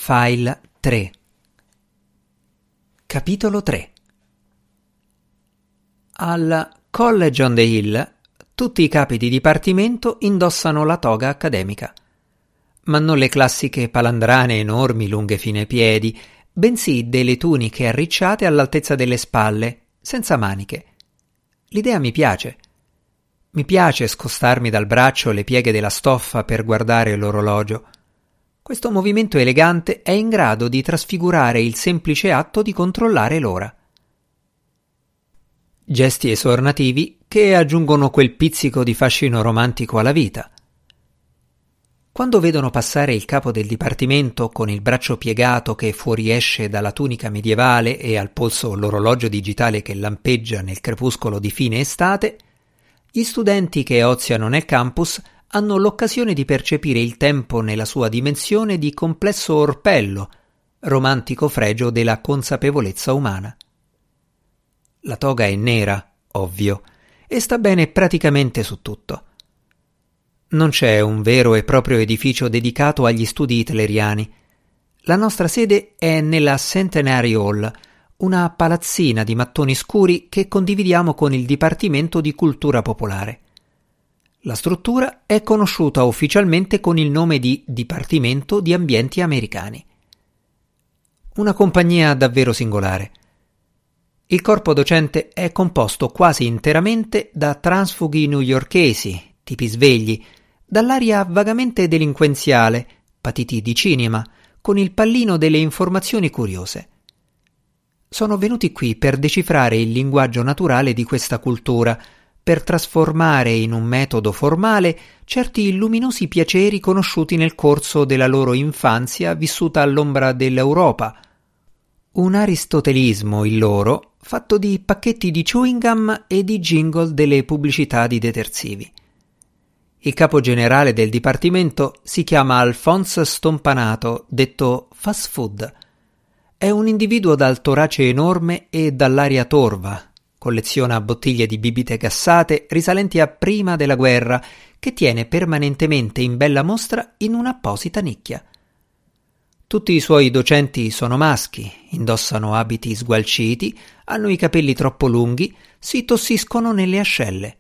File 3. Capitolo 3. Al College on the Hill tutti i capi di dipartimento indossano la toga accademica, ma non le classiche palandrane enormi lunghe fino ai piedi, bensì delle tuniche arricciate all'altezza delle spalle, senza maniche. L'idea mi piace. Mi piace scostarmi dal braccio le pieghe della stoffa per guardare l'orologio. Questo movimento elegante è in grado di trasfigurare il semplice atto di controllare l'ora. Gesti esornativi che aggiungono quel pizzico di fascino romantico alla vita. Quando vedono passare il capo del dipartimento con il braccio piegato che fuoriesce dalla tunica medievale e al polso l'orologio digitale che lampeggia nel crepuscolo di fine estate, gli studenti che oziano nel campus hanno l'occasione di percepire il tempo nella sua dimensione di complesso orpello, romantico fregio della consapevolezza umana. La toga è nera, ovvio, e sta bene praticamente su tutto. Non c'è un vero e proprio edificio dedicato agli studi hitleriani. La nostra sede è nella Centenary Hall, una palazzina di mattoni scuri che condividiamo con il Dipartimento di Cultura Popolare. La struttura è conosciuta ufficialmente con il nome di Dipartimento di Ambienti Americani. Una compagnia davvero singolare. Il corpo docente è composto quasi interamente da transfughi newyorkesi, tipi svegli, dall'aria vagamente delinquenziale, patiti di cinema, con il pallino delle informazioni curiose. Sono venuti qui per decifrare il linguaggio naturale di questa cultura, per trasformare in un metodo formale certi luminosi piaceri conosciuti nel corso della loro infanzia vissuta all'ombra dell'Europa. Un aristotelismo, il loro, fatto di pacchetti di chewing gum e di jingle delle pubblicità di detersivi. Il capo generale del dipartimento si chiama Alphonse Stompanato, detto fast food. È un individuo dal torace enorme e dall'aria torva. Colleziona bottiglie di bibite gassate risalenti a prima della guerra, che tiene permanentemente in bella mostra in un'apposita nicchia. Tutti i suoi docenti sono maschi, indossano abiti sgualciti, hanno i capelli troppo lunghi, si tossiscono nelle ascelle.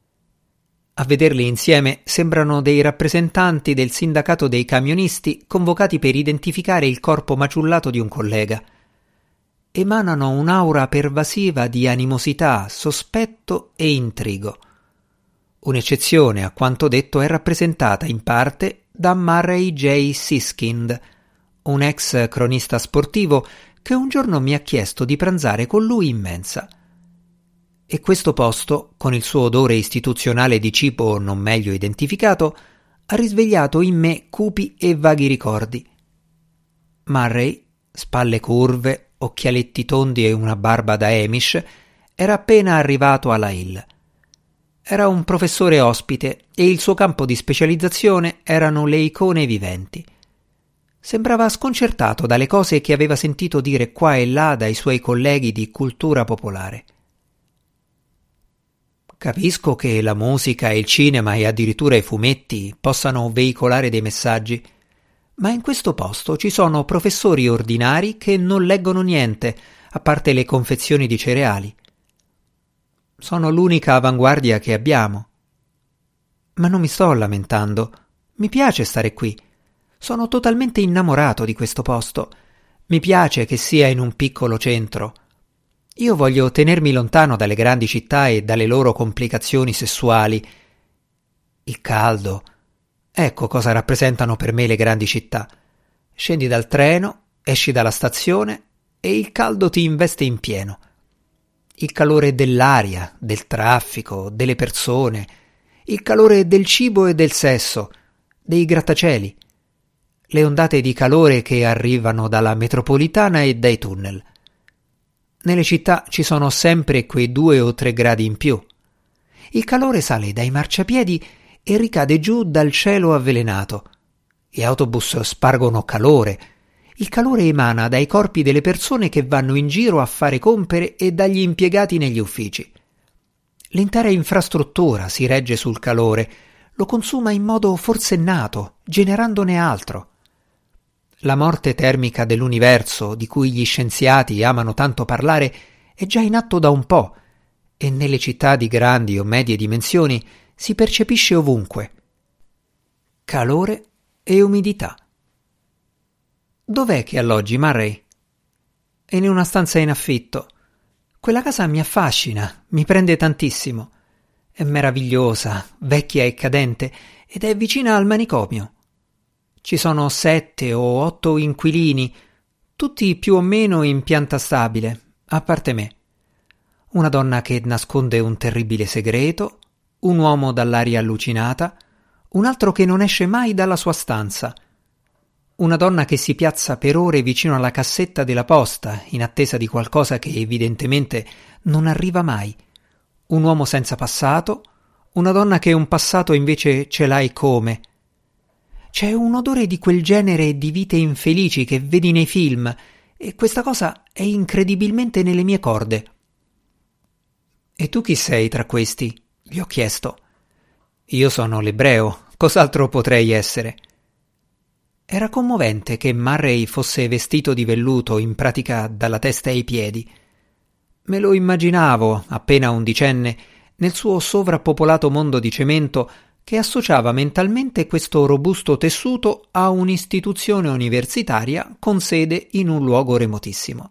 A vederli insieme sembrano dei rappresentanti del sindacato dei camionisti convocati per identificare il corpo maciullato di un collega. Emanano un'aura pervasiva di animosità, sospetto e intrigo. Un'eccezione a quanto detto è rappresentata in parte da Murray J. Siskind, un ex cronista sportivo che un giorno mi ha chiesto di pranzare con lui in mensa. E questo posto, con il suo odore istituzionale di cibo non meglio identificato, ha risvegliato in me cupi e vaghi ricordi. Murray, spalle curve, occhialetti tondi e una barba da Amish, era appena arrivato alla Hill. Era un professore ospite e il suo campo di specializzazione erano le icone viventi. Sembrava sconcertato dalle cose che aveva sentito dire qua e là dai suoi colleghi di cultura popolare. Capisco che la musica e il cinema e addirittura i fumetti possano veicolare dei messaggi, ma in questo posto ci sono professori ordinari che non leggono niente, a parte le confezioni di cereali. Sono l'unica avanguardia che abbiamo. Ma non mi sto lamentando. Mi piace stare qui. Sono totalmente innamorato di questo posto. Mi piace che sia in un piccolo centro. Io voglio tenermi lontano dalle grandi città e dalle loro complicazioni sessuali. Il caldo. Ecco cosa rappresentano per me le grandi città. Scendi dal treno, esci dalla stazione e il caldo ti investe in pieno. Il calore dell'aria, del traffico, delle persone, il calore del cibo e del sesso, dei grattacieli, le ondate di calore che arrivano dalla metropolitana e dai tunnel. Nelle città ci sono sempre quei 2 o 3 gradi in più. Il calore sale dai marciapiedi e ricade giù dal cielo avvelenato. Gli autobus spargono calore. Il calore emana dai corpi delle persone che vanno in giro a fare compere e dagli impiegati negli uffici. L'intera infrastruttura si regge sul calore, lo consuma in modo forsennato, generandone altro. La morte termica dell'universo, di cui gli scienziati amano tanto parlare, è già in atto da un po', e nelle città di grandi o medie dimensioni si percepisce ovunque. Calore e umidità. Dov'è che alloggi, Murray? In una stanza in affitto. Quella casa mi affascina, mi prende tantissimo. È meravigliosa, vecchia e cadente, ed è vicina al manicomio. Ci sono 7 o 8 inquilini, tutti più o meno in pianta stabile, a parte me. Una donna che nasconde un terribile segreto, un uomo dall'aria allucinata, un altro che non esce mai dalla sua stanza, una donna che si piazza per ore vicino alla cassetta della posta in attesa di qualcosa che evidentemente non arriva mai, un uomo senza passato, una donna che un passato invece ce l'ha e come. C'è un odore di quel genere di vite infelici che vedi nei film, e questa cosa è incredibilmente nelle mie corde. E tu chi sei tra questi? Gli ho chiesto. Io sono l'ebreo, cos'altro potrei essere? Era commovente che Murray fosse vestito di velluto in pratica dalla testa ai piedi. Me lo immaginavo, appena undicenne, nel suo sovrappopolato mondo di cemento che associava mentalmente questo robusto tessuto a un'istituzione universitaria con sede in un luogo remotissimo.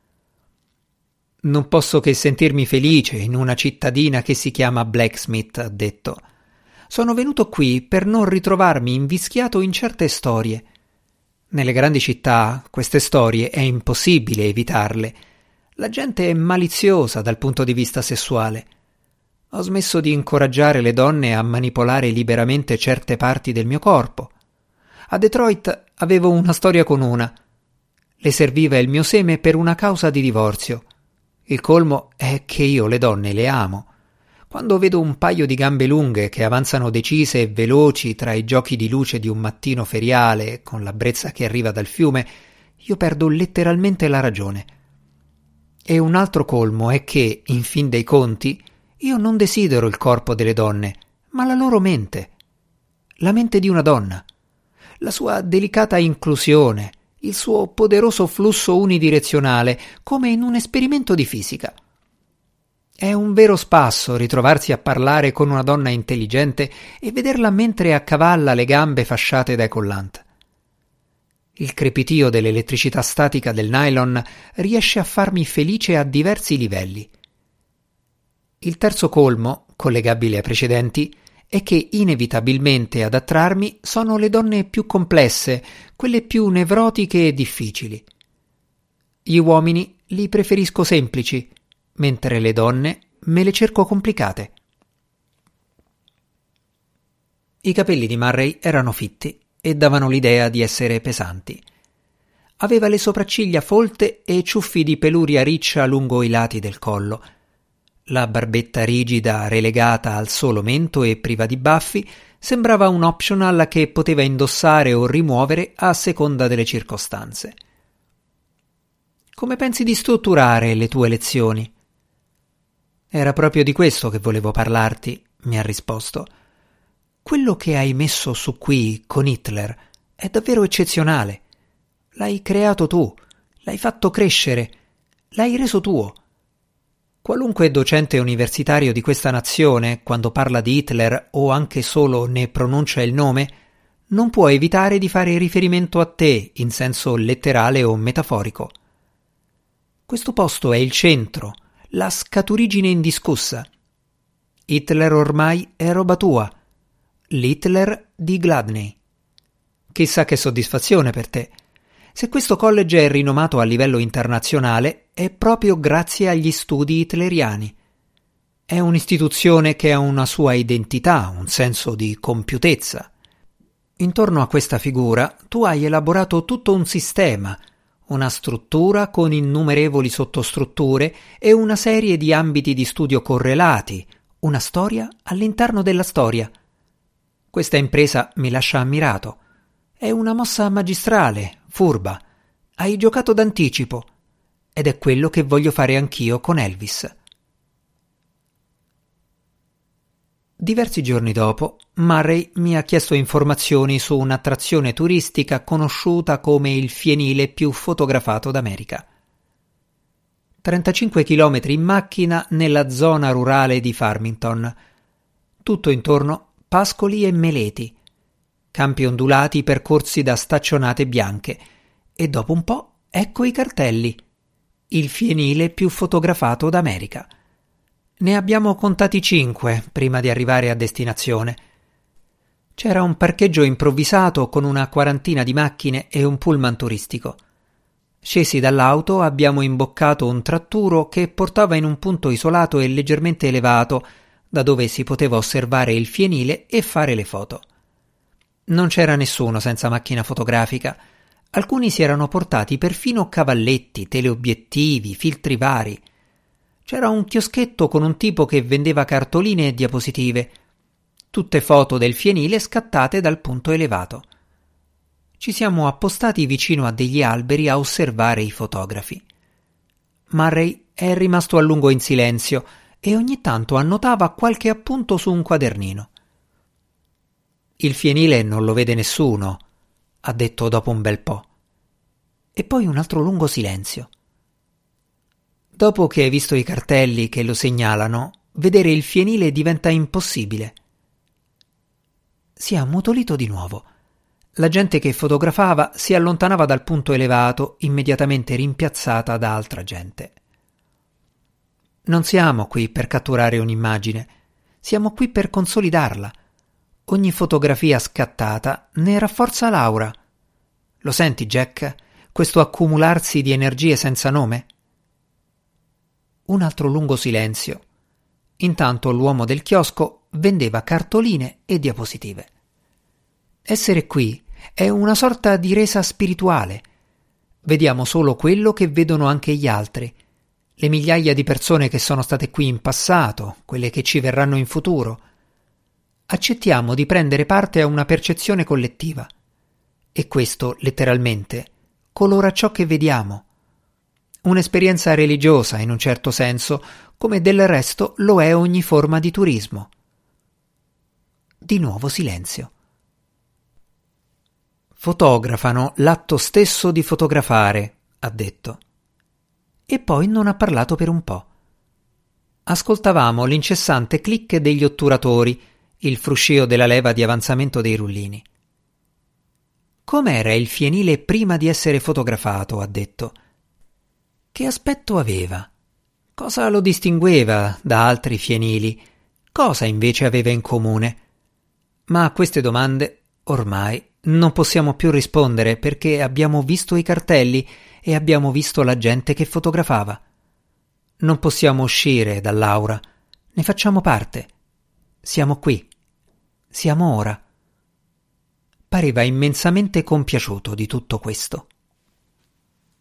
Non posso che sentirmi felice in una cittadina che si chiama Blacksmith, ha detto. Sono venuto qui per non ritrovarmi invischiato in certe storie. Nelle grandi città queste storie è impossibile evitarle. La gente è maliziosa dal punto di vista sessuale. Ho smesso di incoraggiare le donne a manipolare liberamente certe parti del mio corpo. A Detroit avevo una storia con una. Le serviva il mio seme per una causa di divorzio. Il colmo è che io le donne le amo. Quando vedo un paio di gambe lunghe che avanzano decise e veloci tra i giochi di luce di un mattino feriale con la brezza che arriva dal fiume, io perdo letteralmente la ragione. E un altro colmo è che, in fin dei conti, io non desidero il corpo delle donne, ma la loro mente. La mente di una donna. La sua delicata inclusione, il suo poderoso flusso unidirezionale, come in un esperimento di fisica. È un vero spasso ritrovarsi a parlare con una donna intelligente e vederla mentre accavalla le gambe fasciate dai collant. Il crepitio dell'elettricità statica del nylon riesce a farmi felice a diversi livelli. Il terzo colmo, collegabile ai precedenti, è che inevitabilmente ad attrarmi sono le donne più complesse, quelle più nevrotiche e difficili. Gli uomini li preferisco semplici, mentre le donne me le cerco complicate. I capelli di Murray erano fitti e davano l'idea di essere pesanti. Aveva le sopracciglia folte e ciuffi di peluria riccia lungo i lati del collo. La barbetta rigida relegata al solo mento e priva di baffi sembrava un optional che poteva indossare o rimuovere a seconda delle circostanze. Come pensi di strutturare le tue lezioni? Era proprio di questo che volevo parlarti, mi ha risposto. Quello che hai messo su qui con Hitler è davvero eccezionale. L'hai creato tu, l'hai fatto crescere, l'hai reso tuo. Qualunque docente universitario di questa nazione, quando parla di Hitler o anche solo ne pronuncia il nome, non può evitare di fare riferimento a te in senso letterale o metaforico. Questo posto è il centro, la scaturigine indiscussa. Hitler ormai è roba tua, l'Hitler di Gladney. Chissà che soddisfazione per te. Se questo college è rinomato a livello internazionale è proprio grazie agli studi hitleriani. È un'istituzione che ha una sua identità, un senso di compiutezza. Intorno a questa figura tu hai elaborato tutto un sistema, una struttura con innumerevoli sottostrutture e una serie di ambiti di studio correlati, una storia all'interno della storia. Questa impresa mi lascia ammirato. È una mossa magistrale, furba. Hai giocato d'anticipo. Ed è quello che voglio fare anch'io con Elvis. Diversi giorni dopo, Murray mi ha chiesto informazioni su un'attrazione turistica conosciuta come il fienile più fotografato d'America. 35 chilometri in macchina nella zona rurale di Farmington. Tutto intorno pascoli e meleti, campi ondulati percorsi da staccionate bianche, e dopo un po' ecco i cartelli. Il fienile più fotografato d'America. Ne abbiamo contati 5 prima di arrivare a destinazione. C'era un parcheggio improvvisato con una quarantina di macchine e un pullman turistico. Scesi dall'auto, abbiamo imboccato un tratturo che portava in un punto isolato e leggermente elevato, da dove si poteva osservare il fienile e fare le foto. Non c'era nessuno senza macchina fotografica. Alcuni si erano portati perfino cavalletti, teleobiettivi, filtri vari. C'era un chioschetto con un tipo che vendeva cartoline e diapositive. Tutte foto del fienile scattate dal punto elevato. Ci siamo appostati vicino a degli alberi a osservare i fotografi. Murray è rimasto a lungo in silenzio e ogni tanto annotava qualche appunto su un quadernino. Il fienile non lo vede nessuno, ha detto dopo un bel po'. E poi un altro lungo silenzio. Dopo che hai visto i cartelli che lo segnalano, vedere il fienile diventa impossibile. Si è ammutolito di nuovo. La gente che fotografava si allontanava dal punto elevato, immediatamente rimpiazzata da altra gente. Non siamo qui per catturare un'immagine, siamo qui per consolidarla. Ogni fotografia scattata ne rafforza l'aura. Lo senti, Jack? Questo accumularsi di energie senza nome? Un altro lungo silenzio. Intanto l'uomo del chiosco vendeva cartoline e diapositive. Essere qui è una sorta di resa spirituale. Vediamo solo quello che vedono anche gli altri, le migliaia di persone che sono state qui in passato, quelle che ci verranno in futuro. Accettiamo di prendere parte a una percezione collettiva. E questo, letteralmente, colora ciò che vediamo. Un'esperienza religiosa, in un certo senso, come del resto lo è ogni forma di turismo. Di nuovo silenzio. Fotografano l'atto stesso di fotografare, ha detto. E poi non ha parlato per un po'. Ascoltavamo l'incessante click degli otturatori, il fruscio della leva di avanzamento dei rullini. Com'era il fienile prima di essere fotografato, ha detto. Che aspetto aveva? Cosa lo distingueva da altri fienili? Cosa invece aveva in comune? Ma a queste domande, ormai, non possiamo più rispondere perché abbiamo visto i cartelli e abbiamo visto la gente che fotografava. Non possiamo uscire dall'aura, ne facciamo parte. Siamo qui. Siamo ora. Pareva immensamente compiaciuto di tutto questo.